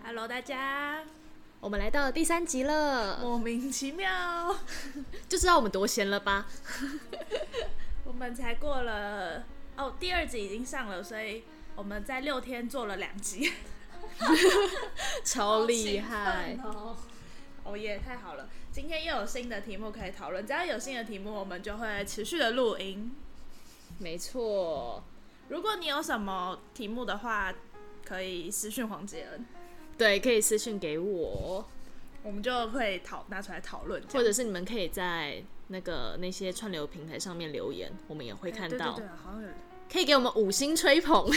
Hello， 大家， 我们来到了第3集了， 莫名其妙， 就知道我们多闲了吧？ 我们才过了第2集已经上了，所以我们在6天做了2集， 超厉害哦耶，太好了！今天又有新的题目可以讨论，只要有新的题目，我们就会持续的录音。 没错， 如果你有什么题目的话，可以私讯黄杰恩。 对，可以私讯给我， 我们就会拿出来讨论， 或者是你们可以在那些串流平台上面留言，我们也会看到。 对，好像有。 可以给我们5星吹捧。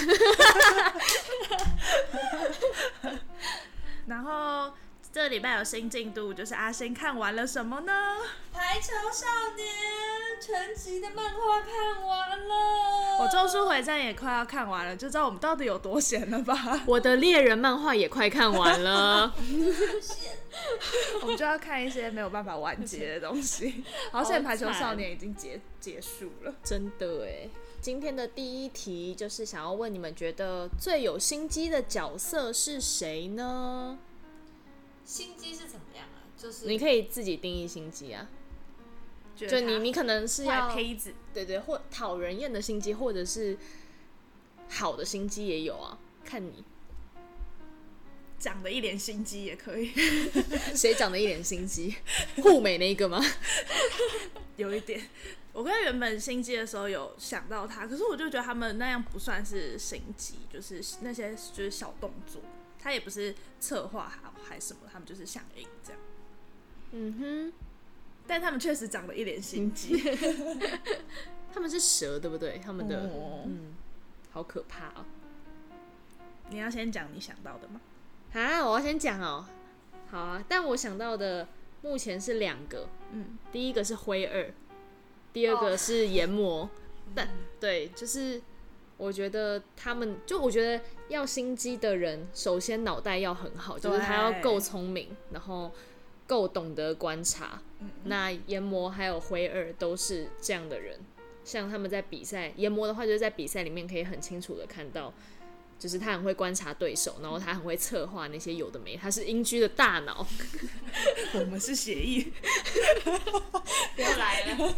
然后这礼拜有新进度，就是阿星看完了什么呢？ 排球少年全集的漫画看完了， 我咒术回战也快要看完了，就知道我们到底有多闲了吧？ 我的猎人漫画也快看完了， 我们就要看一些没有办法完结的东西。好险排球少年已经结束了， 真的耶。今天的第一题就是想要问你们，觉得最有心机的角色是谁呢？ 心机是怎么样啊？就是你可以自己定义心机啊，就你可能是要胚子， 对，或讨人厌的心机，或者是好的心机也有啊，看你长得一脸心机也可以。 谁长得一脸心机？护美那一个吗？ 有一点。我跟原本心机的时候有想到他，可是我就觉得他们那样不算是心机，就是那些就是小动作，他也不是策划还什么，他们就是响应这样。 嗯哼， 但他们确实长得一脸心机。 他们是蛇对不对？他们的好可怕哦。 你要先讲你想到的吗？ 我要先讲哦。好啊，但我想到的目前是2个，第一个是辉二。第二个是研磨，但对，就是我觉得他们，我觉得要心机的人，首先脑袋要很好，就是他要够聪明，然后够懂得观察。那研磨还有辉二都是这样的人，像他们在比赛，研磨的话就是在比赛里面可以很清楚的看到。就是他很会观察对手，然后他很会策划那些有的没，他是英居的大脑。 我们是协议， 不要来了。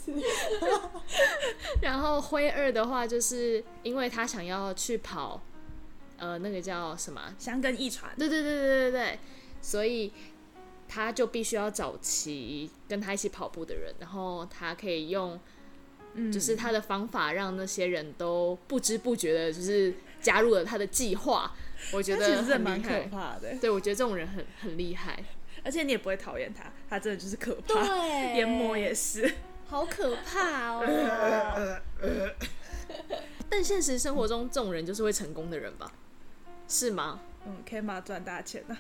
然后辉二的话，就是因为他想要去跑，那个叫什么香根一传， 对，所以他就必须要找齐跟他一起跑步的人，然后他可以用。就是他的方法让那些人都不知不觉的，就是加入了他的计划。我觉得很蛮可怕的。 对，我觉得这种人很厉害， 而且你也不会讨厌他，他真的就是可怕。 对， 研磨也是， 好可怕哦。但现实生活中，这种人就是会成功的人吧？是吗 ？K 嘛赚大钱啊。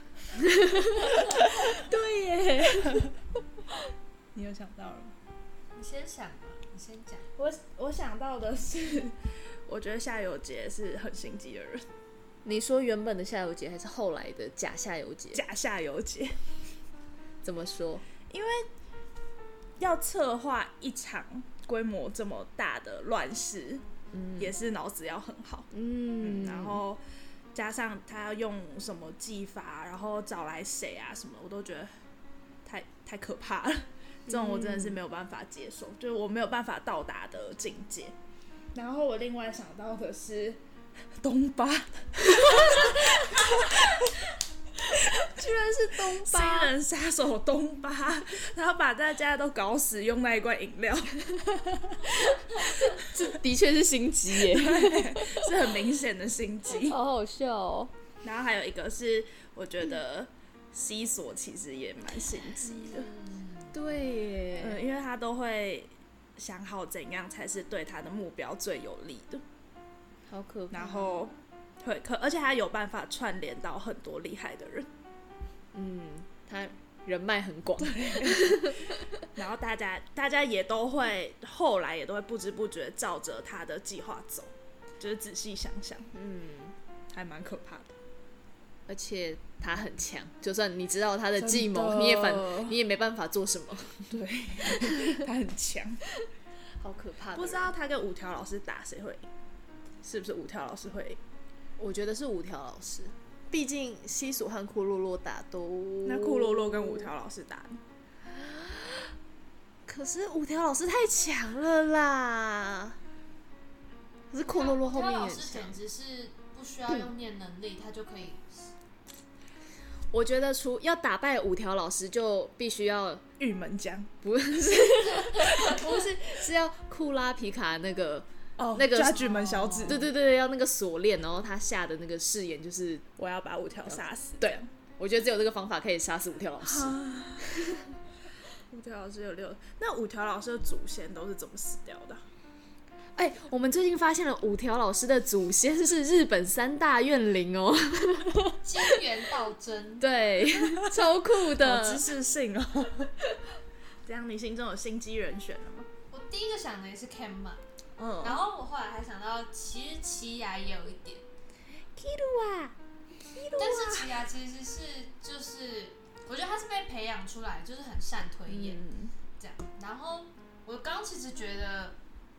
对耶。 你有想到了吗？ 你先想吧。你先讲。 我想到的是，我觉得夏油杰是很心机的人。 你说原本的夏油杰还是后来的假夏油杰？ 假夏油杰。 怎么说？ 因为要策划一场规模这么大的乱世，也是脑子要很好。然后加上他要用什么技法，然后找来谁啊什么，我都觉得太可怕了。这种我真的是没有办法接受，就是我没有办法到达的境界。然后我另外想到的是东巴， 居然是东巴， 新人杀手东巴，然后把大家都搞死，用那一罐饮料。 这的确是心机耶， 是很明显的心机， 好好笑哦。 然后还有一个是，我觉得西索其实也蛮心机的。 对耶， 因为他都会想好怎样才是对他的目标最有利的， 好可怕。 然后而且他有办法串联到很多厉害的人， 他人脉很广， 然后大家也都会后来也都会不知不觉照着他的计划走，就是仔细想想，还蛮可怕的。 而且他很强，就算你知道他的计谋，你也没办法做什么。 对，他很强， 好可怕的。 不知道他跟五条老师打谁会赢？是不是五条老师会赢？ 我觉得是五条老师， 毕竟西索和库洛洛打都…… 那库洛洛跟五条老师打， 可是五条老师太强了啦。可是库洛洛后面也老师简直是不需要用念能力，他就可以。 我觉得要打败五条老师，就必须要玉门江， 不是是要库拉皮卡那个那个抓巨门小指， 对对对，要那个锁链，然后他下的那个誓言就是我要把五条杀死。 对，我觉得只有这个方法可以杀死五条老师。 五条老师有6，那五条老师的祖先都是怎么死掉的？ 我们最近发现了五条老师的祖先是日本3大怨灵哦， 金元道真， 对，超酷的， 好知识性哦。这样你心中有心机人选了吗？ 我第一个想的也是 Ken 嘛，然后我后来还想到，其实奇牙也有一点 Kirua， 但是奇牙其实是就是我觉得他是被培养出来，就是很善推演，这样。然后我刚其实觉得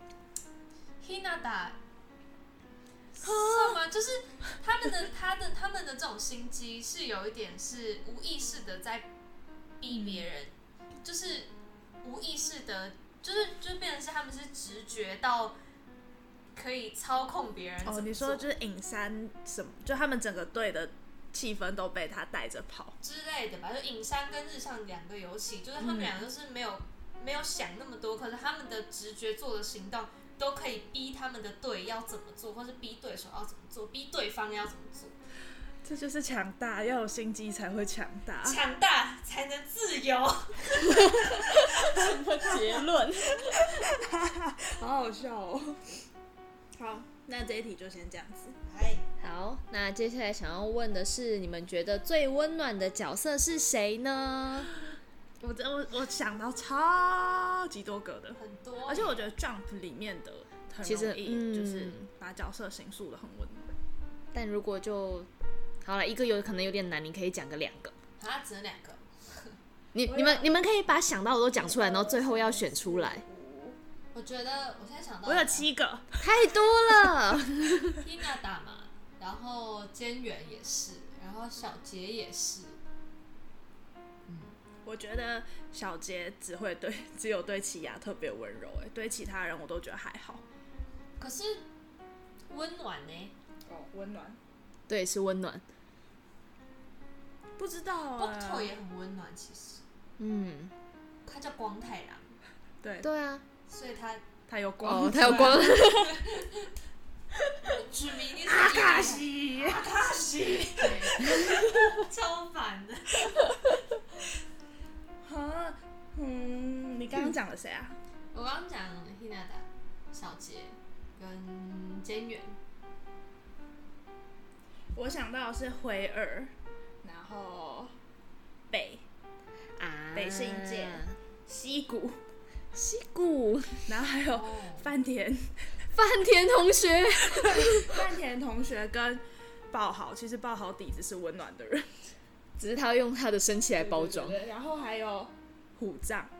Hinata 是吗？就是他们的这种心机是有一点是无意识的在逼别人，就是无意识的，就变成是他们是直觉到可以操控别人怎么做。 你说就是影山什么？就他们整个队的气氛都被他带着跑之类的吧？就影山跟日向2个游戏，就是他们两个都是没有想那么多，可是他们的直觉做的行动都可以逼他们的队要怎么做，或是逼对手要怎么做，逼对方要怎么做。 这就是强大，要有心机才会强大， 强大才能自由。 什么结论？ 好好笑哦。好，那这一题就先这样子。 好，那接下来想要问的是，你们觉得最温暖的角色是谁呢？ 我想到超级多个的， 很多， 而且我觉得 Jump 里面的很容易就是把角色形塑的很温暖。 但如果就好了，一个可能有点难，你可以讲个2个。 只能2个。 你们可以把想到的都讲出来，然后最后要选出来。 我觉得我现在想到我有7个， 太多了。 Hinata 嘛，然后菅原也是，然后小杰也是。 我觉得小杰只有对奇亚特别温柔，对其他人我都觉得还好。 可是温暖呢？ 温暖， 对，是温暖。 不知道 Bokuto 也很温暖，其实。他叫光太郎。 对啊， 所以他有光， 他有光。 指名你是阿卡西， 超烦的。 你刚刚讲了谁啊？ 我刚刚讲 Hinata、小杰跟菅原。 我想到的是辉二，然后北信介、西谷，然后还有饭田同学， 饭田同学跟爆豪，其实爆豪底子是温暖的人， 只是他用他的生气来包装。 对，然后还有虎杖，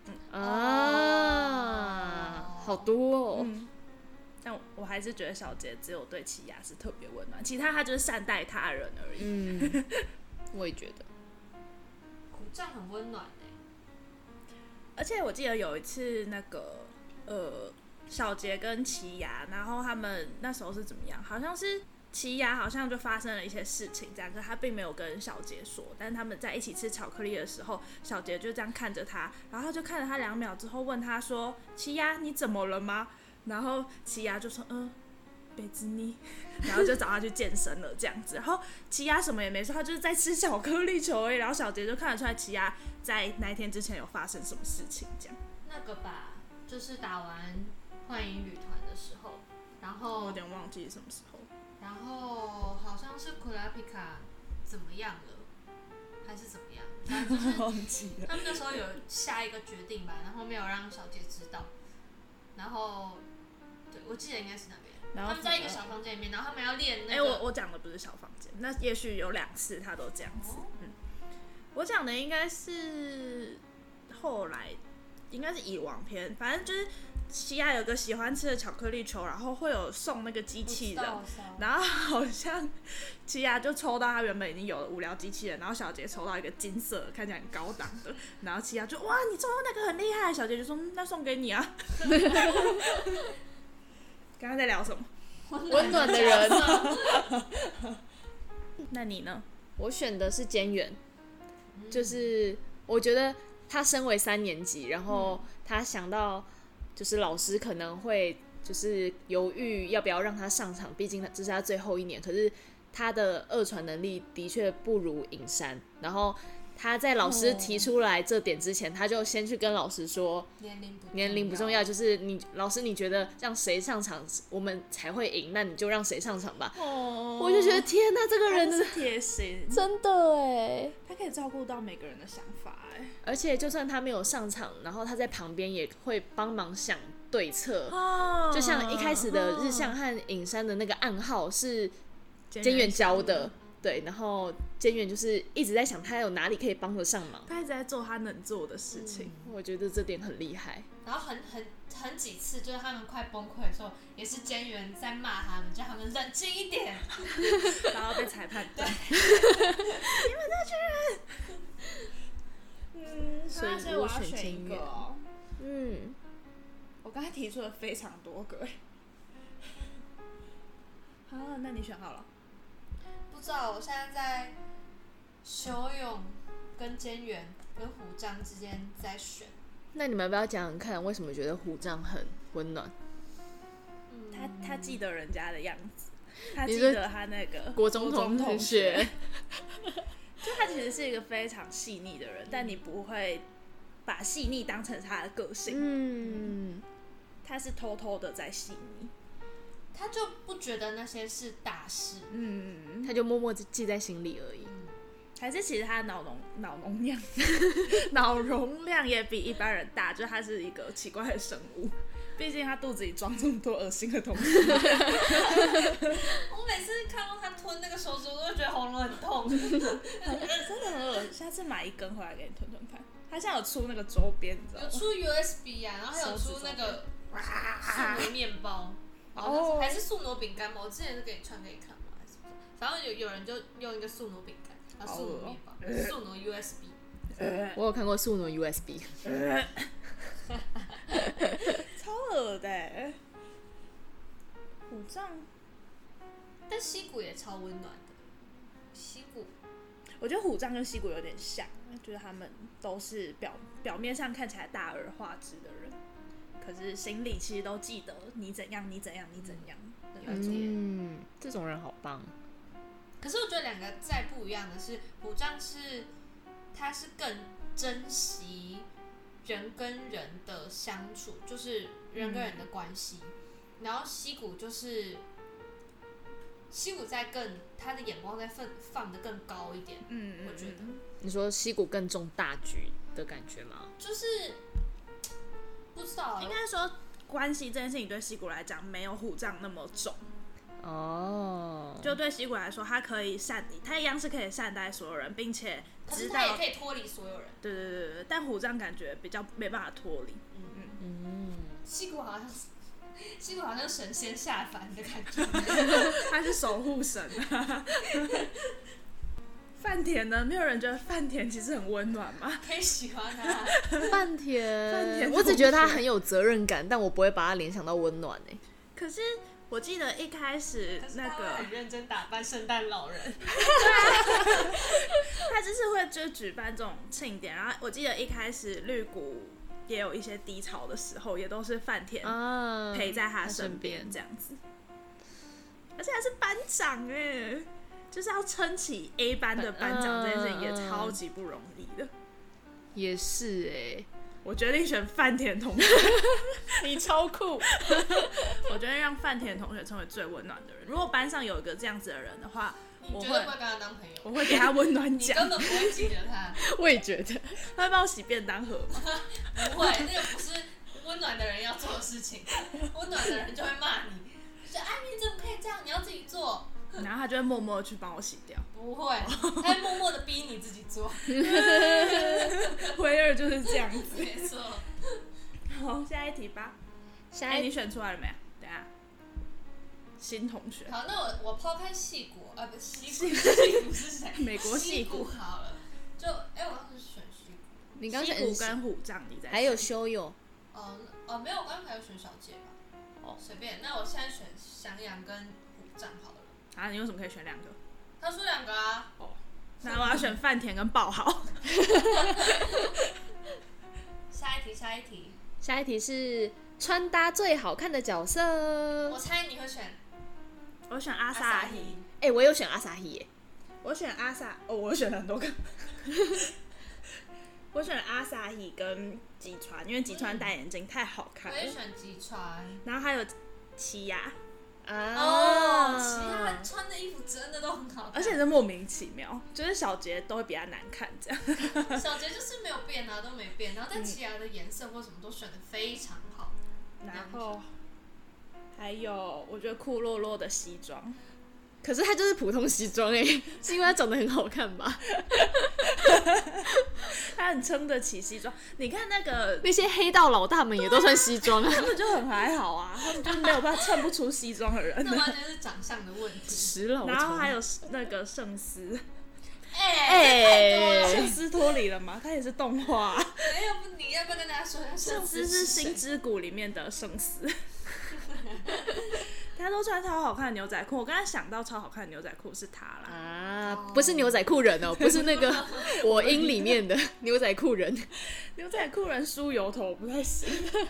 好多哦。 但我还是觉得小杰只有对奇亚是特别温暖，其他他就是善待他人而已。 我也觉得虎杖很温暖而且我记得有一次那个小杰跟奇亚，然后他们那时候是怎么样？好像是奇亚好像就发生了一些事情，这样，可他并没有跟小杰说。但是他们在一起吃巧克力的时候，小杰就这样看着他，然后他就看着他2秒之后问他说：“奇亚，你怎么了吗？”然后奇亚就说：“贝兹尼。”然后就找他去健身了这样子。然后奇亚什么也没说，他就是在吃巧克力球而已。然后小杰就看得出来奇亚在那一天之前有发生什么事情这样。 那个吧，就是打完幻影旅团的时候，然后我有点忘记什么时候。 然后好像是库拉皮卡怎么样了，还是怎么样？反正就是忘记了。 他们那时候有下一个决定吧，然后没有让小杰知道。然后，对，我记得应该是那边。然后他们在一个小房间里面，然后他们要练那个。 我讲的不是小房间，那也许有2次他都这样子。我讲的应该是后来，应该是蚁王篇，反正就是奇亚有个喜欢吃的巧克力球，然后会有送那个机器人，然后好像奇亚就抽到他原本已经有的无聊机器人，然后小杰抽到一个金色看起来很高档的，然后奇亚就哇你抽到那个很厉害，小杰就说那送给你啊。刚刚在聊什么？ 温暖的人。 那你呢？ 我选的是菅原，就是我觉得他身为3年级，然后他想到就是老师可能会就是犹豫要不要让他上场，毕竟这是他最后1年，可是他的2传能力的确不如影山，然后他在老师提出来这点之前，他就先去跟老师说年龄不重要，就是老师你觉得让谁上场我们才会赢，那你就让谁上场吧。我就觉得天哪，这个人是贴心， 真的哎， 他可以照顾到每个人的想法哎， 而且就算他没有上场，然后他在旁边也会帮忙想对策，就像一开始的日向和影山的那个暗号是菅原教的。对，然后菅原就是一直在想他有哪里可以帮得上忙， 他一直在做他能做的事情， 我觉得这点很厉害。 然后很几次就是他们快崩溃的时候，也是菅原在骂他们，叫他们冷静一点， 然后被裁判对，你们这群人，所以我要选一个哦。我刚才提出了非常多个，好，那你选好了。 不知道，我现在在修勇跟菅原跟虎杖之间在选。 那你们要不要讲讲看，为什么觉得虎杖很温暖？ 他记得人家的样子，他记得他那个国中同学， 就他其实是一个非常细腻的人，但你不会把细腻当成他的个性。他是偷偷的在细腻。 他就不觉得那些是大事， 他就默默记在心里而已。 还是其实他脑容量也比一般人大，就是他是一个奇怪的生物，毕竟他肚子里装这么多恶心的东西。 我每次看到他吞那个手指，我都会觉得喉咙很痛， 真的很恶心。下次买一根回来给你吞吞看。他现在有出那个周边，你知道吗？ 有出 USB 啊，然后还有出那个素的面包。还是素挪饼干吗？我之前是给你传给你看吗？还是反正有人就用一个素挪饼干，然后素挪面包，素挪 USB。 我有看过素挪 USB。 超恶的。虎杖， 但西谷也超温暖的。西谷， 我觉得虎杖跟西谷有点像，就是他们都是表面上看起来大而化之的人。可是心里其实都记得你怎样，你怎样，你怎样的那种。 这种人好棒。 可是我觉得两个再不一样的是，虎杖他是更珍惜人跟人的相处，就是人跟人的关系。然后西谷在他的眼光在放得更高一点。我觉得。 你说西谷更重大局的感觉吗？ 就是。不知道， 应该说关系这件事情对西谷来讲没有虎杖那么重。就对西谷来说，他可以他一样是可以善待所有人，并且知道， 可是他也可以脱离所有人。 对，但虎杖感觉比较没办法脱离。 西谷好像神仙下凡的感觉， 他是守护神啊。饭田呢？没有人觉得饭田其实很温暖吗？ 可以喜欢他。 饭田，我只觉得他很有责任感，但我不会把他联想到温暖。 可是我记得一开始那个很认真打扮圣诞老人， 他就是会就举办这种庆典，然后我记得一开始绿谷也有一些低潮的时候，也都是饭田陪在他身边这样子，而且他是班长哎。就是要撑起 A 班的班长这件事情也超级不容易的。 也是我决定选饭田同学。 你超酷。 我决定让饭田同学成为最温暖的人。如果班上有一个这样子的人的话， 你绝对不会跟他当朋友。 我会给他温暖奖。 你根本不会记得他。 我也觉得。 他会帮我洗便当盒吗？ 不会，那个不是温暖的人要做的事情。温暖的人就会骂你，就说你怎么可以这样？你要自己做。 然后他就会默默的去帮我洗掉。 不会，他会默默的逼你自己做。 辉儿就是这样子。 没错。 好，下一题吧。 你选出来了没？等一下，新同学。 好，那我抛开戏骨啊，不，戏骨是谁？ 美国戏骨好了。就我当时选戏骨。 你刚选戏骨跟虎杖，你在还有修友。 没有，我刚才有选小杰吧。随便。那我现在选翔阳跟虎杖好了。 啊，你为什么可以选2个？ 他说2个啊。 那我要选饭田跟爆豪。 下一题是穿搭最好看的角色。 我猜你会选。 我选阿萨希。 我有选阿萨希耶。 我选我选了很多个。我选阿萨希跟吉川，因为吉川戴眼镜太好看了。 我也选吉川。 然后还有奇亚。 奇亚穿的衣服真的都很好看， 而且是莫名其妙，就是小杰都会比他难看这样。 小杰就是没有变啊，都没变，然后但奇亚的颜色或什么都选的非常好。 然后还有我觉得库洛洛的西装。 可是他就是普通西装是因为他长得很好看吧？ 他很撑得起西装。你看那些黑道老大们也都穿西装啊， 他们就很还好啊，他们就是没有办法衬不出西装的人。 那完全是长相的问题。 然后还有那个圣司。 圣司脱离了吗？他也是动画。 你要不要跟大家说一下？ 圣司是星之谷里面的圣司。他都穿超好看的牛仔裤，我刚才想到超好看的牛仔裤是他啦。 不是牛仔裤人不是那个火音里面的牛仔裤人。 牛仔裤人梳油头不太行。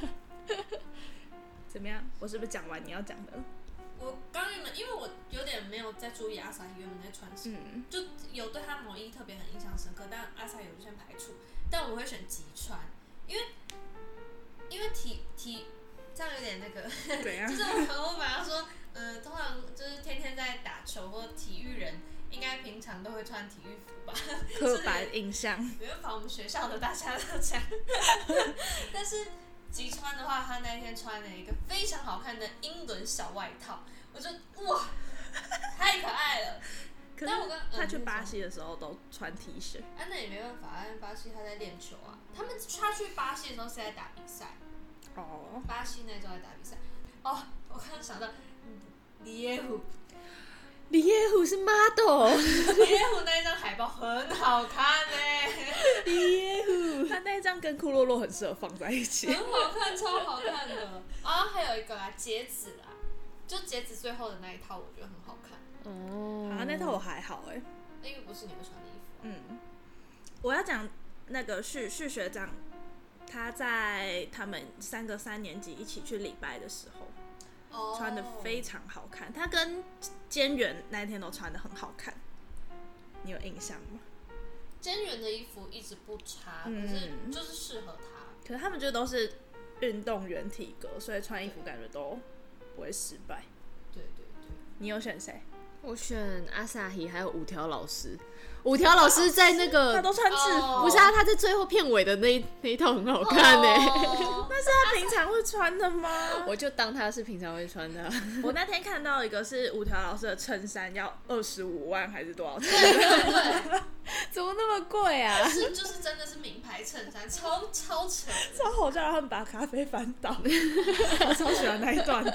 怎么样？我是不是讲完你要讲的？ 我刚原本因为我有点没有在注意阿萨希原本在穿什么，就有对他某一特别很印象深刻，但阿萨希我就先排除。但我会选吉川，因为体这样有点那个，就是我本来说，通常就是天天在打球或体育人，应该平常都会穿体育服吧？ 刻板印象。 没办法，我们学校的大家都这样。但是吉川的话，他那天穿了一个非常好看的英伦小外套，我就哇，太可爱了。 可是他去巴西的时候都穿 T 恤。 那也没办法，因为巴西他在练球啊。他去巴西的时候是在打比赛。巴西那周在打比赛。我刚刚想到李耶虎是 model。 李耶虎那一张海报很好看李耶虎他那一张跟库洛洛很适合放在一起， 很好看，超好看的。还有一个节子啦，就节子最后的那一套，我觉得很好看。 那套我还好因为不是你会穿的衣服。 我要讲那个旭学长。他在他们3个3年级一起去礼拜的时候，穿的非常好看。他跟菅原那一天都穿的很好看，你有印象吗？ 菅原的衣服一直不差，可是就是适合他。 可是他们就都是运动员体格，所以穿衣服感觉都不会失败。 对。 你有选谁？ 我选阿萨希，还有五条老师。五条老师在那个他都穿制服， 不是他在最后片尾的那一套很好看那是他平常会穿的吗？ 我就当他是平常会穿的。 我那天看到一个是五条老师的衬衫要25万还是多少钱？ 对， 怎么那么贵啊？ 就是真的是名牌衬衫，超扯， 超好笑，他们把咖啡翻倒，我超喜欢那一段的。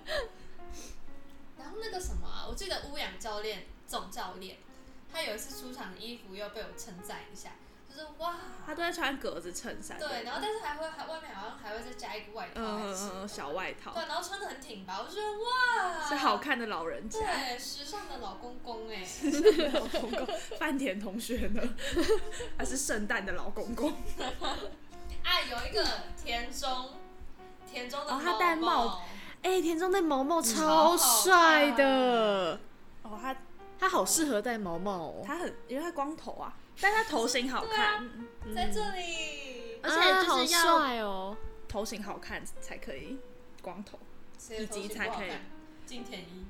然后那个什么我记得乌养总教练。他有一次出场的衣服又被我称赞一下，就是哇， 他都在穿格子衬衫， 对，然后但是外面好像还会再加一个外套， 小外套， 对，然后穿得很挺拔，我就觉得哇， 是好看的老人家， 对，时尚的老公公老公公，饭田同学呢？还是圣诞的老公公？ 有一个田中的他戴帽， 田中戴毛帽超帅的，他好适合戴毛帽因为他光头啊，但他头型好看， 在这里， 而且就是要帅哦， 头型好看才可以光头，以及才可以金田一，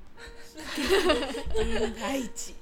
太挤。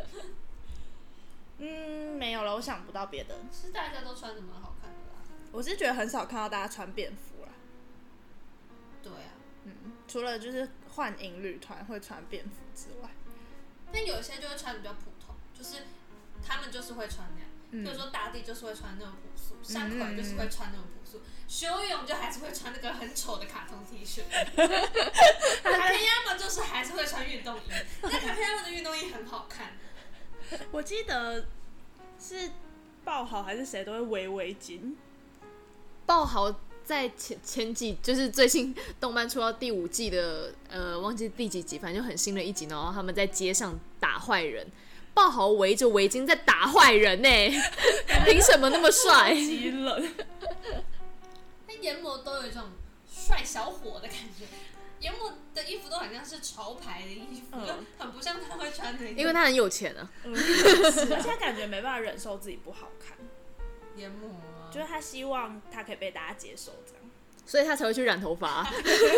没有了，我想不到别的。 是大家都穿得蛮好看的啦。 我是觉得很少看到大家穿便服啦。 对啊， 除了就是幻影旅团会穿便服之外。 但有些就会穿的比较普通，就是他们就是会穿那样。 比如说大地就是会穿那种朴素，山口就是会穿那种朴素，修泳就还是会穿那个很丑的卡通 T 恤，卡片亚马就是还是会穿运动衣，但卡片亚马的运动衣很好看。 我记得是爆豪还是谁都会围围巾。 爆豪在前几就是最新动漫出到第5季的忘记第几集，反正就很新的一集，然后他们在街上打坏人，爆豪围着围巾在打坏人呢，凭什么那么帅？ 极冷。 那研磨都有一种帅小伙的感觉。研磨的衣服都很像是潮牌的衣服，就很不像他会穿的。 因为他很有钱啊， 而且他感觉没办法忍受自己不好看。 研磨啊， 就是他希望他可以被大家接受这样， 所以他才会去染头发。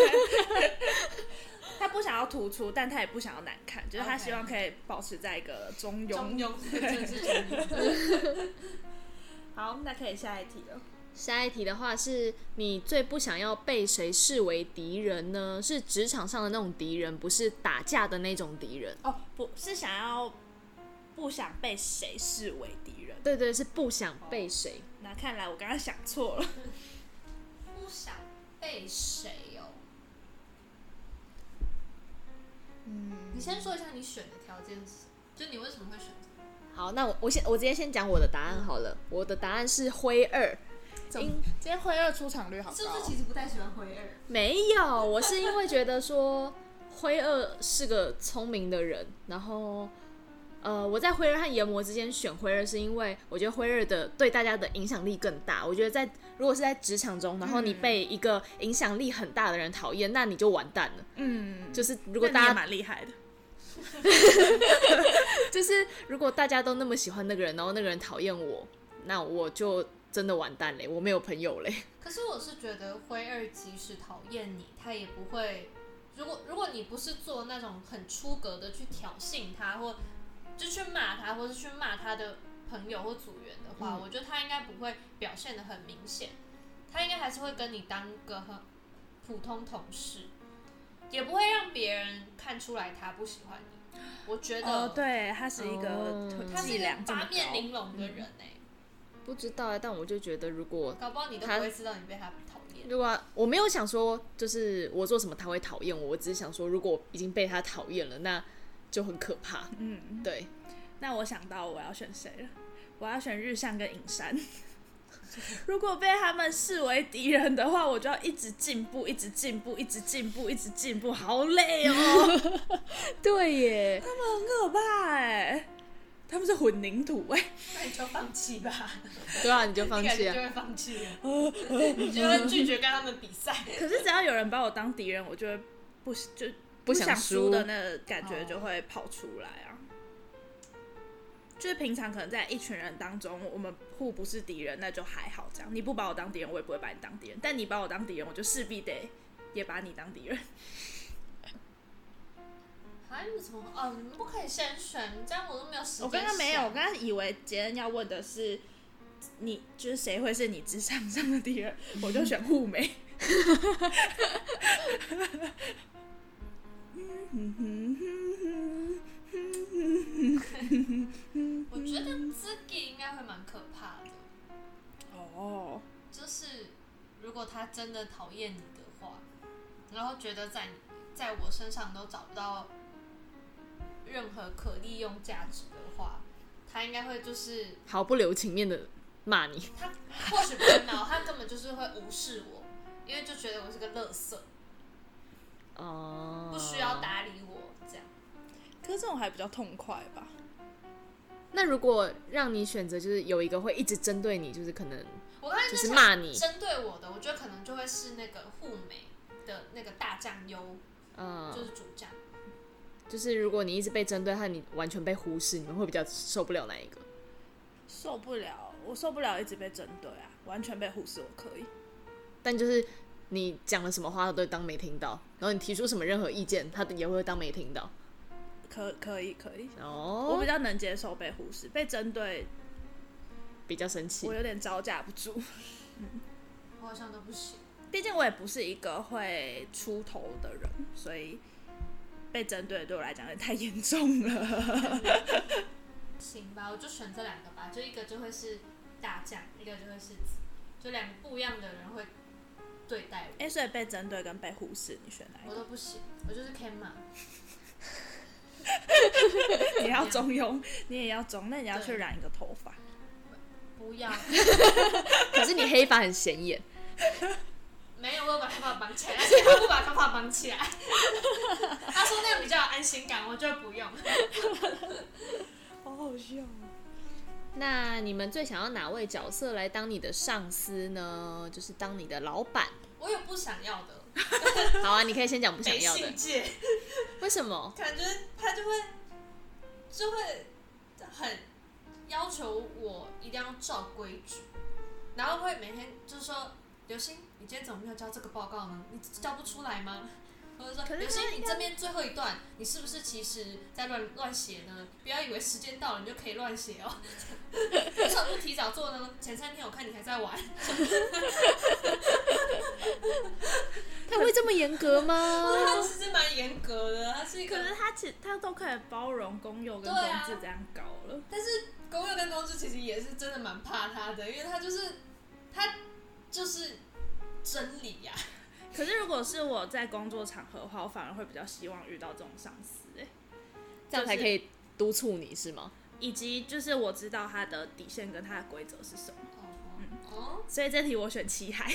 他不想要突出，但他也不想要难看，就是他希望可以保持在一个中庸。 真的是中庸。 好，那可以下一题了。 下一题的话是你最不想要被谁视为敌人呢？是职场上的那种敌人，不是打架的那种敌人。 哦，不是不想被谁视为敌人。 对对，是不想被谁。 那看来我刚刚想错了。 不想被谁哦？你先说一下你选的条件是什么？就你为什么会选择？ 好，那我直接先讲我的答案好了。我的答案是灰二。 今天灰二出场率好高， 是不是其实不太喜欢灰二？ 没有，我是因为觉得说灰二是个聪明的人，然后我在灰二和研磨之间选灰二，是因为我觉得灰二的对大家的影响力更大。我觉得如果是在职场中，然后你被一个影响力很大的人讨厌，那你就完蛋了。就是如果大家也蛮厉害的。 就是如果大家都那么喜欢那个人，然后那个人讨厌我，那我就真的完蛋嘞，我没有朋友嘞。 可是我是觉得灰二即使讨厌你，他也不会。如果你不是做那种很出格的去挑衅他，或就去骂他，或是去骂他的朋友或组员的话，我觉得他应该不会表现得很明显。他应该还是会跟你当个很普通同事，也不会让别人看出来他不喜欢你。我觉得， 对，他是一个伎俩这么高， 八面玲珑的人哎。 不知道但我就觉得如果搞不好你都不会知道你被他讨厌。 如果我没有想说就是我做什么他会讨厌我，我只是想说如果已经被他讨厌了，那就很可怕。对。 那我想到我要选谁了，我要选日向跟影山。如果被他们视为敌人的话，我就要一直进步，一直进步，一直进步，一直进步，好累哦。 对耶， 他们很可怕哎，他们是混凝土哎。 那你就放弃吧。 对啊，你就放弃啊。 你就会放弃了。你就会拒绝跟他们比赛。 可是只要有人把我当敌人，我就会不想输的那个感觉就会跑出来啊。就是平常可能在一群人当中，我们互不是敌人，那就还好这样。你不把我当敌人，我也不会把你当敌人。但你把我当敌人，我就势必得也把你当敌人。 你们怎么你们不可以先选，这样我都没有时间。 我刚刚没有，我刚刚以为杰恩要问的是你就是谁会是你职场上的敌人，我就选户美。 我觉得Zuki应该会蛮可怕的。 哦， 就是如果他真的讨厌你的话，然后觉得在我身上都找不到任何可利用价值的话，他应该会就是毫不留情面的骂你。 他或许不会骂我，他根本就是会无视我，因为就觉得我是个垃圾，不需要搭理我这样。 可是这种还比较痛快吧？ 那如果让你选择，就是有一个会一直针对你，就是可能我刚才就是骂你， 针对我的，我觉得可能就会是那个户美的那个大酱油，就是主酱。 就是如果你一直被针对和你完全被忽视，你们会比较受不了哪一个？ 受不了，我受不了一直被针对啊，完全被忽视我可以。 但就是你讲了什么话，他都会当没听到，然后你提出什么任何意见，他也会当没听到。 可以我比较能接受被忽视，被针对比较生气， 我有点招架不住。 我好像都不行， 毕竟我也不是一个会出头的人，所以被针对对我来讲也太严重了。 行吧，我就选这2个吧，就一个就会是大将，一个就会是子，就2个不一样的人会对待我。 所以被针对跟被忽视，你选哪一个？ 我都不行，我就是 Ken 嘛。 你要中庸，你也要中，那你要去染一个头发。 不要。 可是你黑发很显眼。 没有，我有把头发绑起来，而且他不把头发绑起来。他说那样比较有安心感，我就不用。 好好笑哦。 那你们最想要哪位角色来当你的上司呢？就是当你的老板。 我有不想要的。 好啊，你可以先讲不想要的。 没信界。 为什么？ 感觉他就会很要求我一定要照规矩，然后会每天就是说，刘星，你今天怎么没有交这个报告呢？你交不出来吗？或者说，刘星，你这边最后一段，你是不是其实在乱写呢？不要以为时间到了你就可以乱写哦。为什么不提早做呢？前3天我看你还在玩。 他会这么严格吗？ 他其实蛮严格的，他是一个。 可是他都可以包容公幼跟公制这样搞了。 但是公幼跟公制其实也是真的蛮怕他的，因为他就是真理呀。 可是如果是我在工作场合的话，我反而会比较希望遇到这种上司， 这样才可以督促你是吗？ 以及就是我知道他的底线跟他的规则是什么。所以这题我选七海。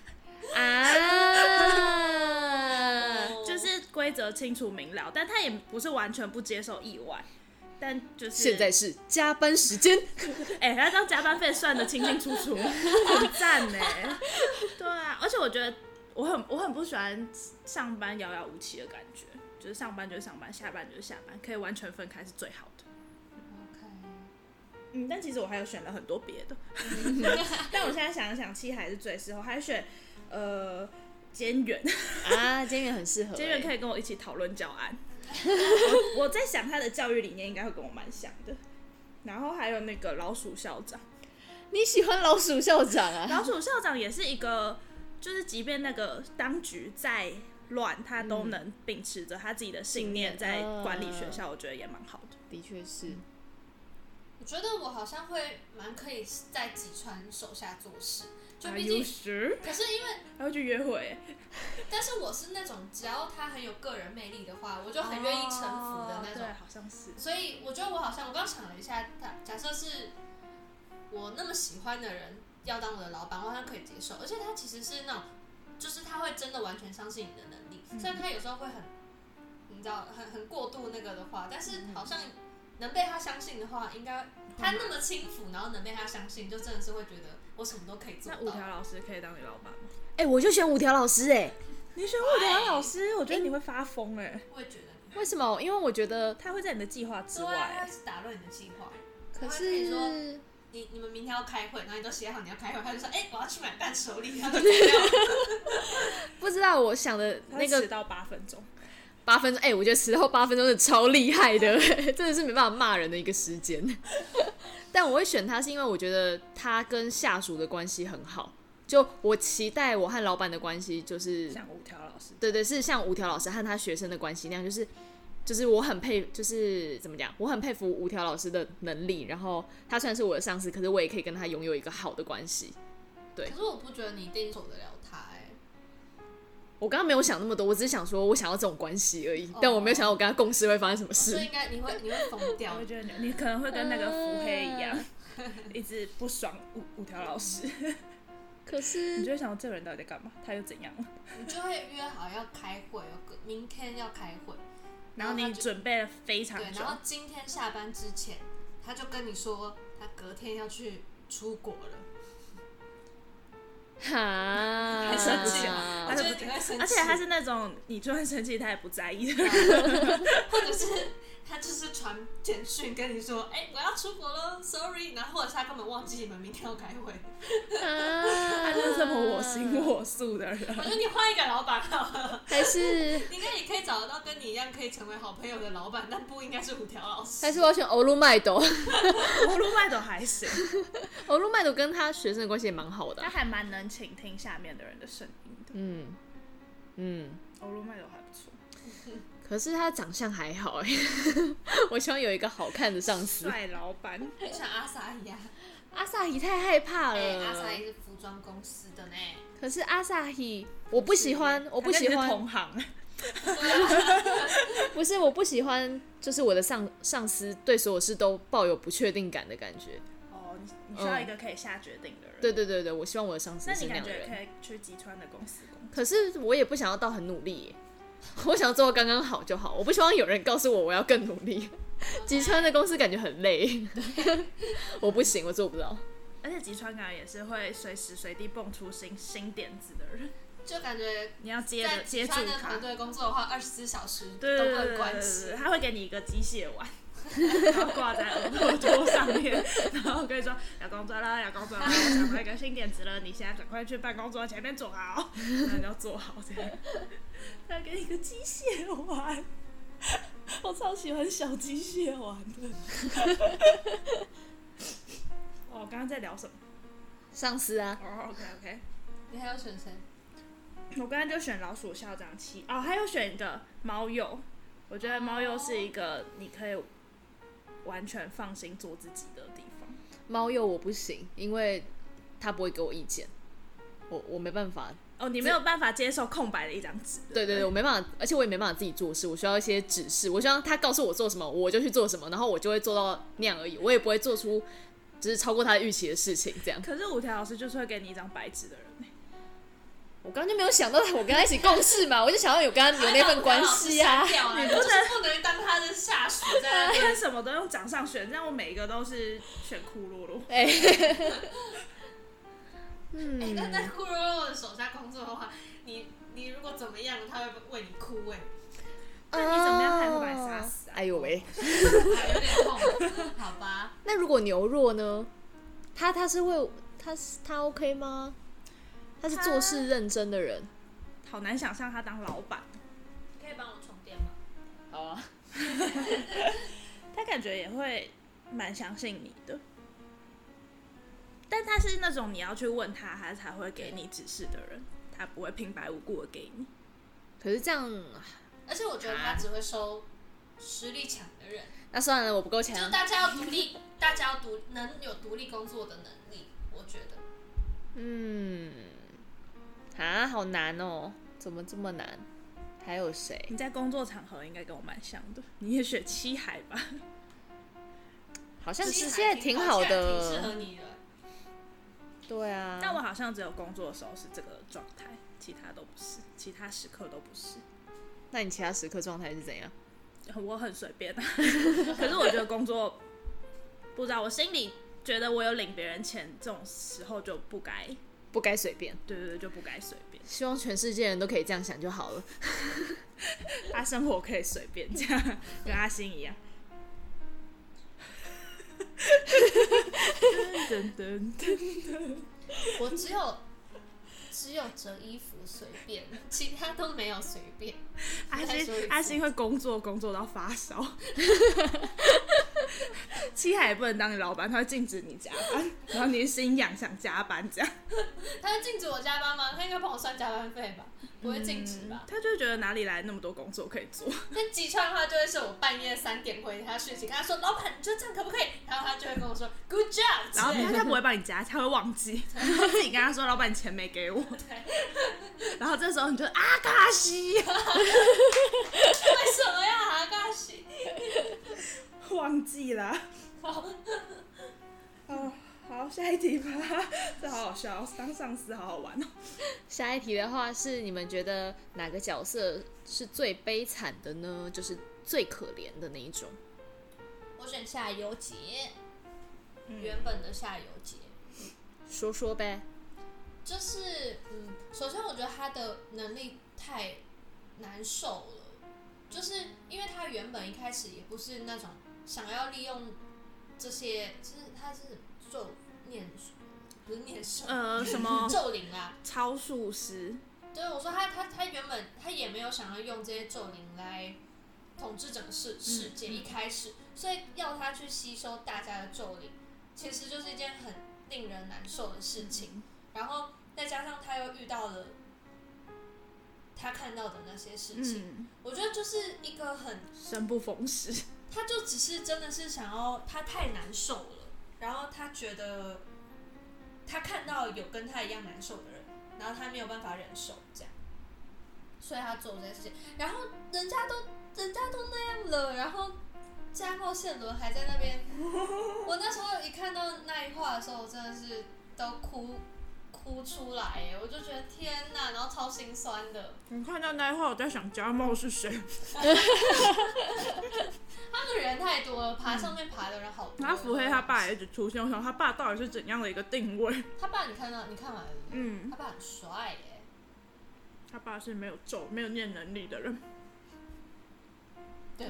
就是规则清楚明了，但他也不是完全不接受意外，但就是现在是加班时间。 他这样加班费算得清清楚楚，很赞呢。对啊，而且我觉得我很不喜欢上班遥遥无期的感觉，就是上班就是上班，下班就是下班，可以完全分开是最好的。但其实我还有选了很多别的，但我现在想想，七海是最适合，还选监员啊，监员很适合， 监员可以跟我一起讨论教案。我在想他的教育理念应该会跟我蛮像的。然后还有那个老鼠校长， 你喜欢老鼠校长啊？ 老鼠校长也是一个，就是即便那个当局再乱，他都能秉持着他自己的信念在管理学校，我觉得也蛮好的。 的确是。 我觉得我好像会蛮可以在吉川手下做事，就毕竟，可是因为还会去约会， 但是我是那种只要他很有个人魅力的话，我就很愿意臣服的那种。 对，好像是。 所以我觉得我刚刚想了一下，假设是我那么喜欢的人要当我的老板，我好像可以接受，而且他其实是那种，就是他会真的完全相信你的能力，虽然他有时候会你知道很过度那个的话，但是好像。能被他相信的话，应该他那么轻浮，然后能被他相信，就真的是会觉得我什么都可以做到。 那五条老师可以当你老板吗？ 我就选五条老师你选五条老师，我觉得你会发疯我也觉得。 为什么？因为我觉得他会在你的计划之外， 他会打乱你的计划。 可是你说你们明天要开会，然后你都写好你要开会，他就说我要去买伴手礼，他就走掉。 不知道我想的那个迟到8分钟。 8分钟，我觉得迟到8分钟是超厉害的，真的是没办法骂人的一个时间。但我会选他，是因为我觉得他跟下属的关系很好。就我期待我和老板的关系就是像五条老师， 对，是像五条老师和他学生的关系那样，就是我很就是怎么讲，我很佩服五条老师的能力。然后他虽然是我的上司，可是我也可以跟他拥有一个好的关系。对， 可是我不觉得你一定受得了他。 我刚刚没有想那么多，我只是想说我想要这种关系而已，但我没有想到我跟他共事会发生什么事。 所以应该你会疯掉。 我觉得你可能会跟那个腹黑一样，一直不爽五条老师。 可是你就会想这个人到底在干嘛？他又怎样了？ 你就会约好要开会，明天要开会， 然后你准备了非常久， 对，然后今天下班之前，他就跟你说他隔天要去出国了。 还生气啊！我觉得你会生气， 而且他是那种你就算生气他也不在意的人， 或者是他就是传简讯跟你说，我要出国了 ，sorry， 然后或者是他根本忘记你们明天要开会， 他就是这么我行我素的人。 我觉得你换一个老板好了， 还是你可以找得到跟你一样可以成为好朋友的老板，但不应该是五条老师。 还是我要选欧陆麦斗？ 欧陆麦斗还行， 欧陆麦斗跟他学生的关系也蛮好的， 他还蛮能倾听下面的人的声音的。欧陆麦斗还不错。 可是他长相还好哎，我希望有一个好看的上司。 帅老板， 就像阿萨伊啊， 阿萨希太害怕了。 阿萨伊是服装公司的呢。 可是阿萨希，我不喜欢，我不喜欢同行。 不是，我不喜欢，就是我的上司对所有事都抱有不确定感的感觉。 哦，你需要一个可以下决定的人。 对，我希望我的上司那是那样的人。 你感觉可以去吉川的公司工作？ 可是我也不想要到很努力耶，我想要做到刚刚好就好。我不希望有人告诉我要更努力。吉川的公司感觉很累，我不行，我做不到。 而且吉川感觉也是会随时随地蹦出新点子的人， 就感觉你要接住他。在团队工作的话，24小时都不能关机。 他会给你一个机械碗，然后挂在耳朵上面，然后跟你说要工作了，我想到一个新点子了，你现在赶快去办公桌前面坐好，然后你要坐好这样。他给你一个机械碗，我超喜欢小机械碗的。我刚刚在聊什么？ 上司啊。 哦 ，OK。 你还要选谁？ 我刚刚就选老鼠校长7，还有选一个猫鼬。我觉得猫鼬是一个你可以完全放心做自己的地方。 猫鼬我不行，因为他不会给我意见，我没办法。 哦，你没有办法接受空白的一张纸。 对，我没办法，而且我也没办法自己做事，我需要一些指示。我希望他告诉我做什么，我就去做什么，然后我就会做到那样而已，我也不会做出只是超过他的预期的事情。这样。 可是五条老师就是会给你一张白纸的人。 我刚刚就没有想到我跟他一起共事嘛，我就想要有跟他有那份关系啊。 你不能当他的下属，在那边什么都用掌上选，这样我每一个都是选库洛洛。 但在库洛洛的手下工作的话，你如果怎么样，他会为你哭那你怎么样才会把你杀死啊？ 哎呦喂， 有点痛，好吧。 那如果牛若呢？他是会他 OK 吗？他是做事认真的人， 好难想象他当老板。 可以帮我充电吗？ 好啊。 他感觉也会蛮相信你的，但他是那种你要去问他，他才会给你指示的人，他不会平白无故的给你。 可是这样， 而且我觉得他只会收实力强的人。 那算了，我不够强。 就大家要独立，大家要能有独立工作的能力，我觉得。 好难哦，怎么这么难？还有谁？ 你在工作场合应该跟我蛮像的，你也选七海吧？ 好像现在挺好的， 挺适合你的。 对啊。 但我好像只有工作的时候是这个状态，其他都不是，其他时刻都不是。 那你其他时刻状态是怎样？ 我很随便啊，可是我觉得工作，不知道我心里觉得我有领别人钱，这种时候就不该随便。 对，就不该随便。 希望全世界人都可以这样想就好了。 他生活可以随便，这样跟阿星一样。 我只有折衣服随便，其他都没有随便。 阿星会工作到发烧。七海也不能当你老板，他会禁止你加班，然后你的心痒想加班这样。 他会禁止我加班吗？他应该帮我算加班费吧？不会禁止吧？ 他就会觉得哪里来那么多工作可以做。 那吉川的话就会是我半夜3点回他讯息，跟他说：“老板，你觉得这样可不可以？”然后他就会跟我说 ：“Good job。” 然后他不会帮你加，他会忘记，他自己跟他说：“老板，你钱没给我。”然后这时候你就阿卡西，为什么要阿卡西？ 忘记了。好，下一题吧。这好好笑，当上司好好玩哦。 下一题的话是你们觉得哪个角色是最悲惨的呢？就是最可怜的那一种。 我选夏油杰，原本的夏油杰。 说说呗。 就是首先我觉得他的能力太难受了，就是因为他原本一开始也不是那种想要利用这些，就是他是不是念术， 什么咒灵啊， 超术师。 对，我说他原本他也没有想要用这些咒灵来统治整个世界，一开始，所以要他去吸收大家的咒灵，其实就是一件很令人难受的事情。然后再加上他又遇到了他看到的那些事情。我觉得就是一个很生不逢时， 他就只是真的是想要，他太难受了，然后他觉得他看到有跟他一样难受的人，然后他没有办法忍受这样，所以他做这些事情。然后人家都那样了，然后家暴现轮还在那边。我那时候一看到那一话的时候，我真的是都哭出来耶，我就觉得天哪，然后超心酸的。 我看到那一话，我在想家茂是谁？ 他们人太多了，爬上面爬的人好多。 他腹黑他爸也一直出现，我想他爸到底是怎样的一个定位？ 他爸你看完了？他爸很帅耶。 他爸是没有咒、没有念能力的人。 对。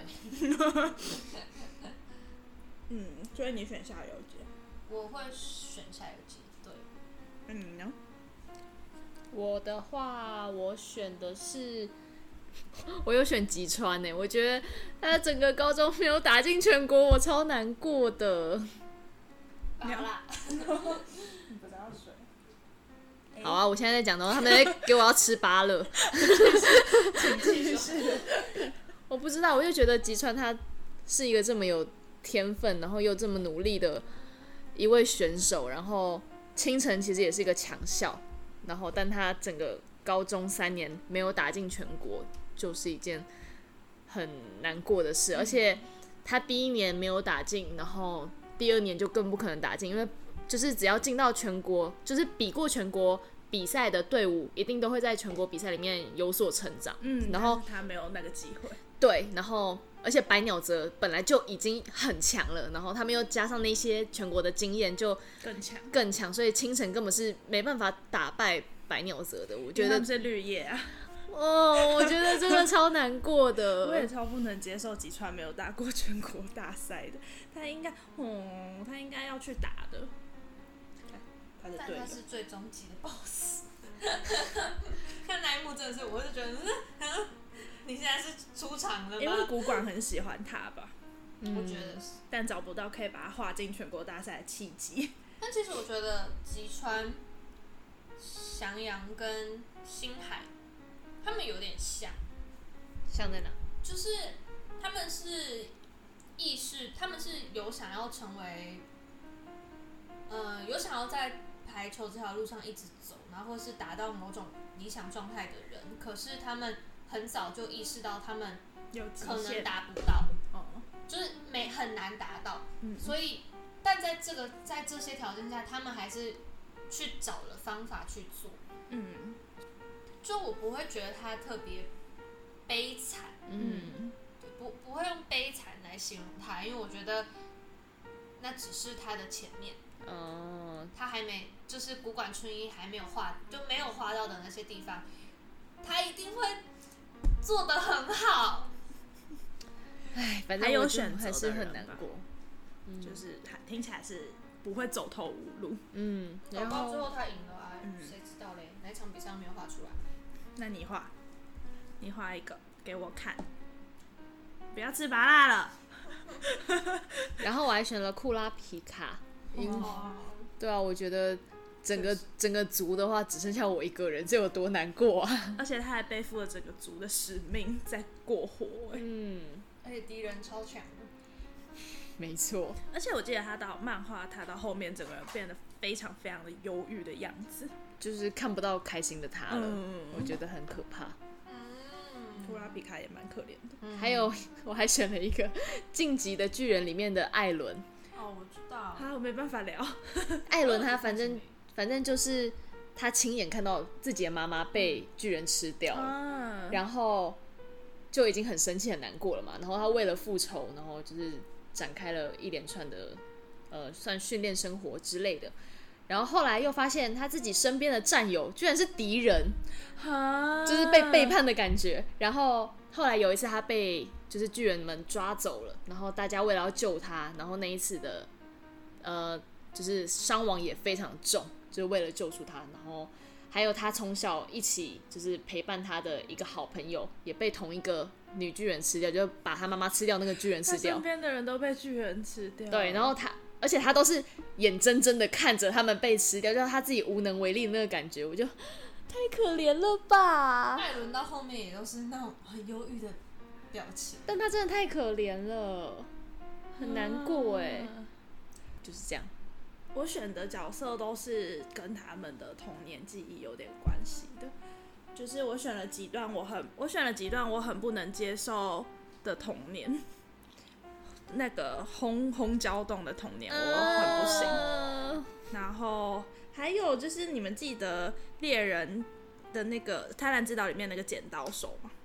所以你选夏油杰。 我会选夏油杰，对。 那你呢？ 我的话，我选的是，我有选吉川欸，我觉得他整个高中没有打进全国，我超难过的。 好啦。 你不知道水。 好啊，我现在在讲的，他们在给我要吃芭乐。 请继续。 我不知道，我就觉得吉川他是一个这么有天分，然后又这么努力的一位选手，然后青城其实也是一个强校，然后但他整个高中3年没有打进全国，就是一件很难过的事。而且他第1年没有打进，然后第2年就更不可能打进，因为就是只要进到全国，就是比过全国比赛的队伍，一定都会在全国比赛里面有所成长。然后他没有那个机会。 对，然后而且白鸟泽本来就已经很强了，然后他们又加上那些全国的经验，就更强，所以青城根本是没办法打败白鸟泽的。我觉得他们是绿叶啊。 我觉得真的超难过的。 我也超不能接受吉川没有打过全国大赛的，他应该要去打的。他是对的。 但他是最终极的 BOSS。看那一幕真的是，我就觉得，你现在是出场了吗？ 因为古馆很喜欢他吧， 我觉得是， 但找不到可以把他划进全国大赛的契机。 但其实我觉得吉川、翔阳跟星海，他们有点像。 像在哪？ 就是他们是他们是有想要成为，有想要在排球这条路上一直走，然后或是达到某种理想状态的人，可是他们很早就意识到他们可能达不到，就是很难达到，所以但在这些条件下，他们还是去找了方法去做，就我不会觉得他特别悲惨，不会用悲惨来形容他，因为我觉得那只是他的前面，他还没就是古馆春一还没有画到的那些地方，他一定会做得很好。 反正我选还是很难过， 就是他听起来是不会走投无路。 然后最后他赢了啊，谁知道嘞？哪一场比赛没有画出来？ 那你画一个给我看，不要吃芭乐了。 然后我还选了库拉皮卡。对啊，我觉得整个族的话只剩下我一个人，这有多难过啊！ 而且他还背负了整个族的使命在过活。 而且敌人超强的。 没错。 而且我记得他到漫画，他到后面整个人变得非常非常的忧郁的样子， 就是看不到开心的他了。我觉得很可怕。 库拉皮卡也蛮可怜的。 还有，我还选了一个《晋级的巨人》里面的艾伦。 我知道。 我没办法聊。 艾伦他反正就是他亲眼看到自己的妈妈被巨人吃掉了，然后就已经很生气很难过了嘛。然后他为了复仇，然后就是展开了一连串的算训练生活之类的。然后后来又发现他自己身边的战友居然是敌人，就是被背叛的感觉。然后后来有一次他被就是巨人们抓走了，然后大家为了要救他，然后那一次的就是伤亡也非常重，就是为了救出他。然后还有他从小一起就是陪伴他的一个好朋友也被同一个女巨人吃掉，就把他妈妈吃掉那个巨人吃掉。 他身边的人都被巨人吃掉。 对，然后而且他都是眼睁睁的看着他们被吃掉，就是他自己无能为力的那个感觉，我就太可怜了吧？ 艾伦到后面也都是那种很忧郁的表情， 但他真的太可怜了，很难过哎，就是这样。 我选的角色都是跟他们的童年记忆有点关系的，就是我选了几段我很不能接受的童年，那个轰焦动的童年我很不行。然后还有就是你们记得猎人的那个贪婪之岛里面那个剪刀手吗？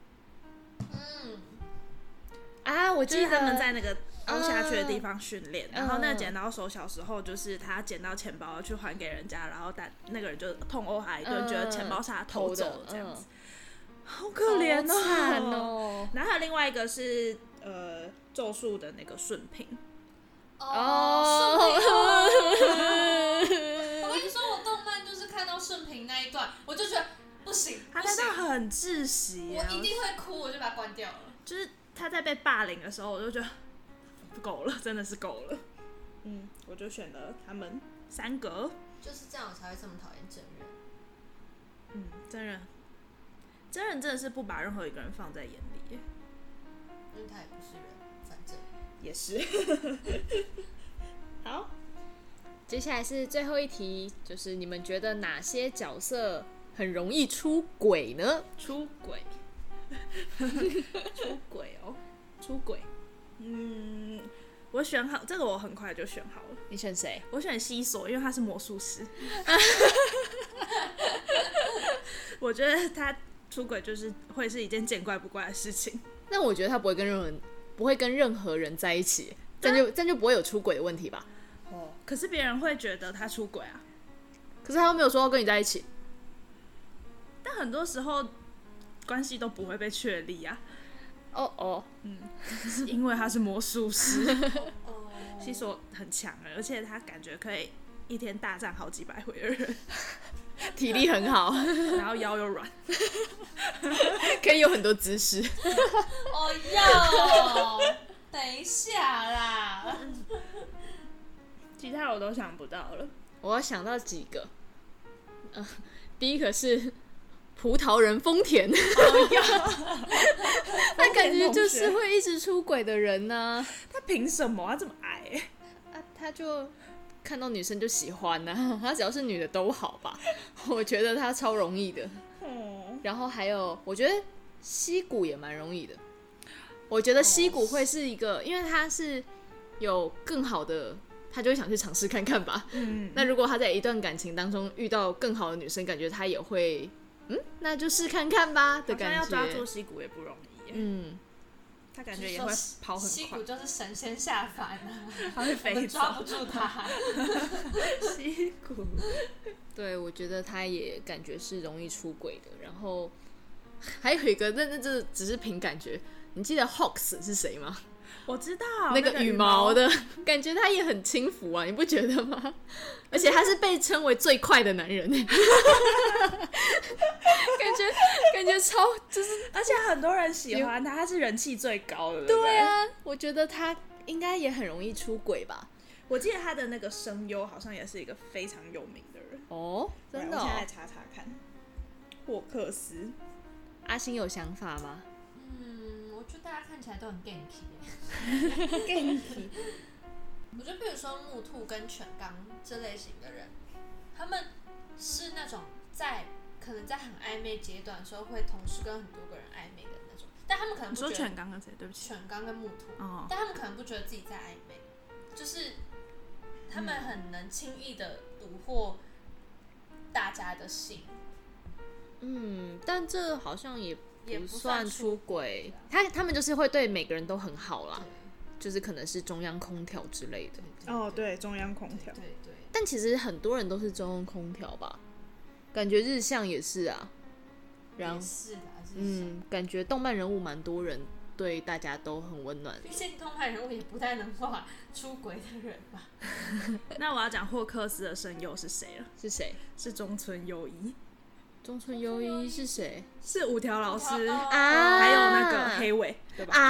我记得就是他们在那个凹下去的地方训练，然后那个剪刀手小时候就是他捡到钱包要去还给人家，然后那个人就痛殴他一顿，觉得钱包是他偷走的这样子，好可怜哦， 好惨哦。 然后还有另外一个是咒术的那个顺平。 顺平我跟你说，我动漫就是看到顺平那一段，我就觉得不行， 他那段很窒息， 我一定会哭，我就把它关掉了。 就是他在被霸凌的时候，我就觉得够了，真的是够了。我就选了他们3个。 就是这样，我才会这么讨厌真人。 真人真的是不把任何一个人放在眼里耶， 因为他也不是人，反正也是。好， 接下来是最后一题，就是你们觉得哪些角色很容易出轨呢？ 出轨哦，出轨。我选好这个，我很快就选好了。 你选谁？ 我选西索，因为他是魔术师。我觉得他出轨就是会是一件见怪不怪的事情。 那我觉得他不会跟任何人在一起，这样就不会有出轨的问题吧？ 可是别人会觉得他出轨啊。 可是他又没有说要跟你在一起。 但很多时候关系都不会被确立啊。是因为他是魔术师。西索很强的，而且他感觉可以一天大战好几百回的人， 体力很好， 然后腰又软， 可以有很多姿势。 等一下啦， 其他我都想不到了。 我要想到几个，第一个是葡萄人丰田，他感觉就是会一直出轨的人呢。 他凭什么？他这么矮？ 他就看到女生就喜欢呢，他只要是女的都好吧。我觉得他超容易的。然后还有，我觉得西谷也蛮容易的。我觉得西谷会是一个，因为他是有更好的，他就会想去尝试看看吧。那如果他在一段感情当中遇到更好的女生，感觉他也会。那就试看看吧的感觉。 要抓住西谷也不容易。他感觉也会跑很快。 西谷就是神仙下凡啊， 他会飞走， 抓不住他。 西谷， 对，我觉得他也感觉是容易出轨的。然后还有一个，那这只是凭感觉。你记得 Hawks 是谁吗？ 我知道那个羽毛的感觉，他也很轻浮啊，你不觉得吗？而且他是被称为最快的男人，感觉超就是， 而且很多人喜欢他，他是人气最高的。 对啊，我觉得他应该也很容易出轨吧。 我记得他的那个声优好像也是一个非常有名的人哦，真的。 我现在来查查看，霍克斯。 阿星有想法吗？ 我觉得大家看起来都很 ganky。我觉得比如说木兔跟犬刚这类型的人，他们是那种可能在很暧昧阶段的时候会同时跟很多个人暧昧的那种，但他们可能不觉得。 你说犬刚跟谁？对不起。 犬刚跟木兔。但他们可能不觉得自己在暧昧，就是他们很能轻易的虏获大家的心。 但这好像也不算出轨，他们就是会对每个人都很好啦，就是可能是中央空调之类的。 对，中央空调。 对。 但其实很多人都是中央空调吧，感觉日向也是啊。 也是啦， 感觉动漫人物蛮多人对大家都很温暖。 毕竟动漫人物也不太能画出轨的人吧。 那我要讲霍克斯的声优是谁了？ 是谁？ 是中村优一。 中村优一是谁？ 是五条老师啊， 还有那个黑尾，对吧？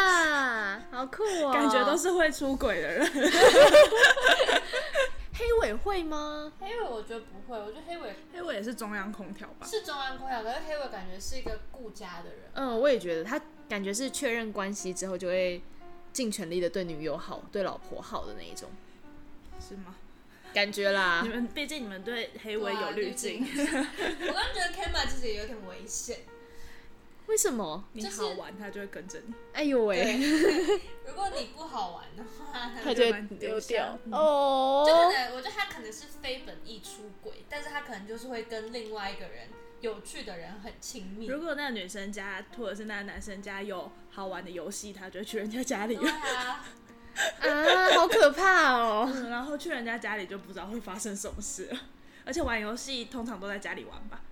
好酷哦！ 感觉都是会出轨的人。 黑尾尾会吗？ 黑尾我觉得不会，我觉得黑尾也是中央空调吧？ 是中央空调，可是黑尾感觉是一个顾家的人。 我也觉得他感觉是确认关系之后就会尽全力的对女友好，对老婆好的那一种， 是吗？ 感觉啦。 毕竟你们对黑尾有滤镜。 我刚觉得 Kemba 其实也有点危险。 为什么？ 你好玩，他就会跟着你。 哎呦喂！ 如果你不好玩的话， 他就会丢掉。 哦，就可能我觉得他可能是非本意出轨，但是他可能就是会跟另外一个人有趣的人很亲密。 如果那个女生家或者是那个男生家有好玩的游戏，他就会去人家家里。 对啊， 好可怕哦！ 然后去人家家里就不知道会发生什么事了。而且玩游戏通常都在家里玩吧。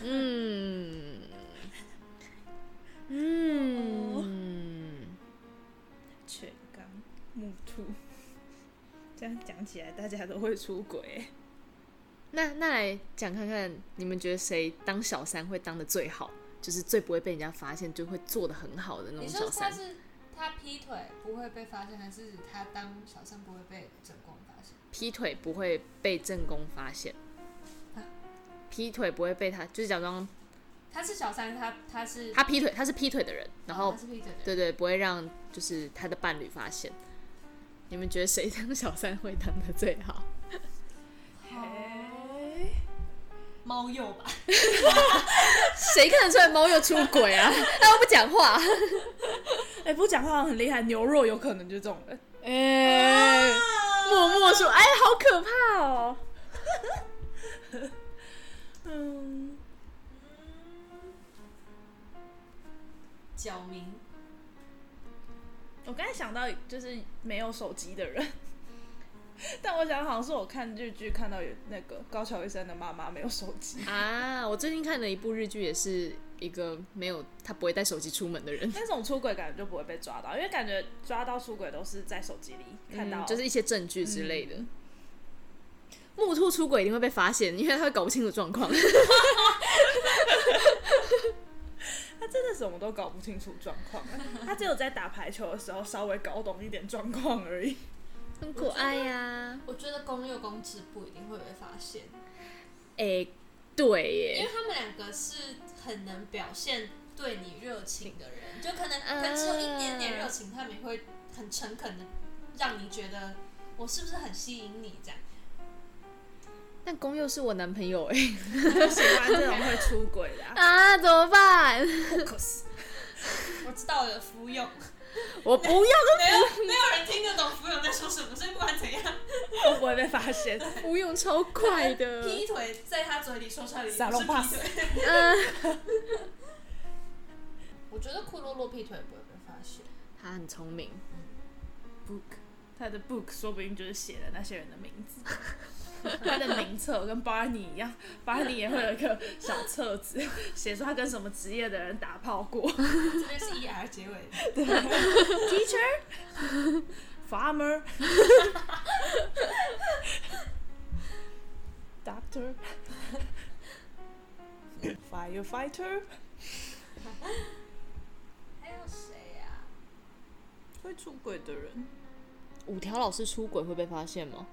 犬纲木兔，这样讲起来大家都会出轨。 那来讲看看，你们觉得谁当小三会当的最好，就是最不会被人家发现，就会做的很好的那种小三？ 你说他劈腿不会被发现，还是他当小三不会被正宫发现？ 劈腿不会被正宫发现，劈腿不会被他，就是假装他是小三，他是劈腿，他是劈腿的人，然后他是劈腿的人， 对对，不会让就是他的伴侣发现。你们觉得谁当小三会当的最好？ 猫鼬吧？ 谁看得出来猫鼬出轨啊？他又不讲话。 不讲话很厉害，牛肉有可能就这种人。 默默说，好可怕哦。 角明， 我刚才想到就是没有手机的人。但我想好像是我看日剧看到有那个高桥医生的妈妈没有手机啊。我最近看的一部日剧也是一个他不会带手机出门的人。 那种出轨感觉就不会被抓到，因为感觉抓到出轨都是在手机里看到， 就是一些证据之类的。木兔出轨一定会被发现，因为他会搞不清楚状况。 他真的什么都搞不清楚状况，他只有在打排球的时候稍微搞懂一点状况而已。 很可爱呀。 我觉得公佑公治不一定会被发现。 对耶， 因为他们两个是很能表现对你热情的人，就可能只有一点点热情，他们也会很诚恳的让你觉得我是不是很吸引你这样。 但公佑是我男朋友我喜欢这种会出轨的啊，怎么办？ 我知道了，服用。 我不要， 没有人听得懂服用在说什么，所以不管怎样都不会被发现。 服用超快的， 劈腿在他嘴里说出来的撒龙不是劈腿。我觉得库洛洛劈腿不会被发现， 他很聪明。 他的 book 说不定就是写了那些人的名字。他的名册跟 Barney 一样，Barney 也会有一个小册子，写出他跟什么职业的人打炮过。 这边是 ER 结尾的。 Teacher, farmer, doctor, firefighter。 还有谁呀？ 会出轨的人， 五条老师出轨会被发现吗？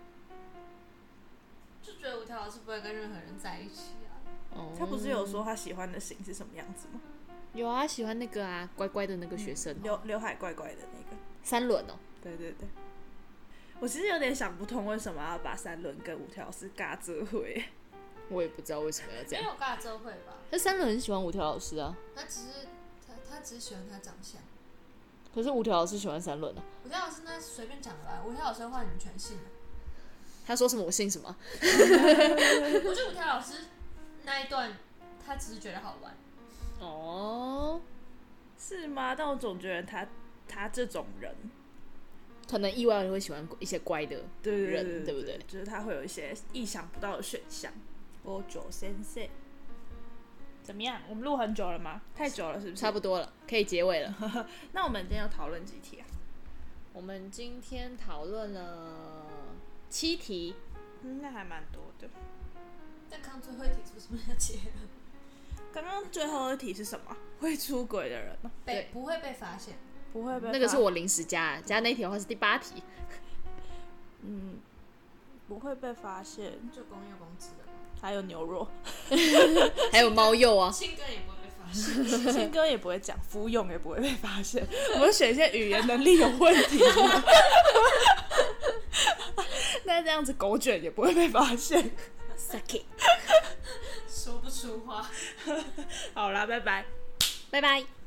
就觉得五条老师不会跟任何人在一起啊。 他不是有说他喜欢的型是什么样子吗？ 有啊，喜欢那个啊，乖乖的那个学生， 刘海怪怪的那个三轮哦。 对对对，我其实有点想不通为什么要把三轮跟五条老师尬这回。 我也不知道为什么要这样。 没有尬这会吧？ 可是三轮很喜欢五条老师啊。 他只是喜欢他长相。 可是五条老师喜欢三轮啊。 五条老师那随便讲的吧，五条老师的话你们全信了。 他说什么我信什么。 我觉得五条老师那一段，他只是觉得好玩。 哦， 是吗？但我总觉得他这种人， 可能意外会喜欢一些乖的人，对不对？ 就是他会有一些意想不到的选项。我九先生，怎么样？我们录很久了吗？太久了，是不是？ 差不多了，可以结尾了。 那我们今天要讨论几题啊？ 我们今天讨论了7题， 那还蛮多的。 但刚最后一题是不是没有结了？ 刚刚最后一题是什么？会出轨的人呢？ 不会被发现， 不会被。 那个是我临时加那一题的话是第8题。 不会被发现， 就公幼公资的嘛， 还有牛肉， 还有猫鼬啊， 亲哥也不会被发现， 亲哥也不会讲，服用也不会被发现。我们选一些语言能力有问题的，那这样子狗卷也不会被发现。 Suck it， 说不出话。 好啦，拜拜， 拜拜。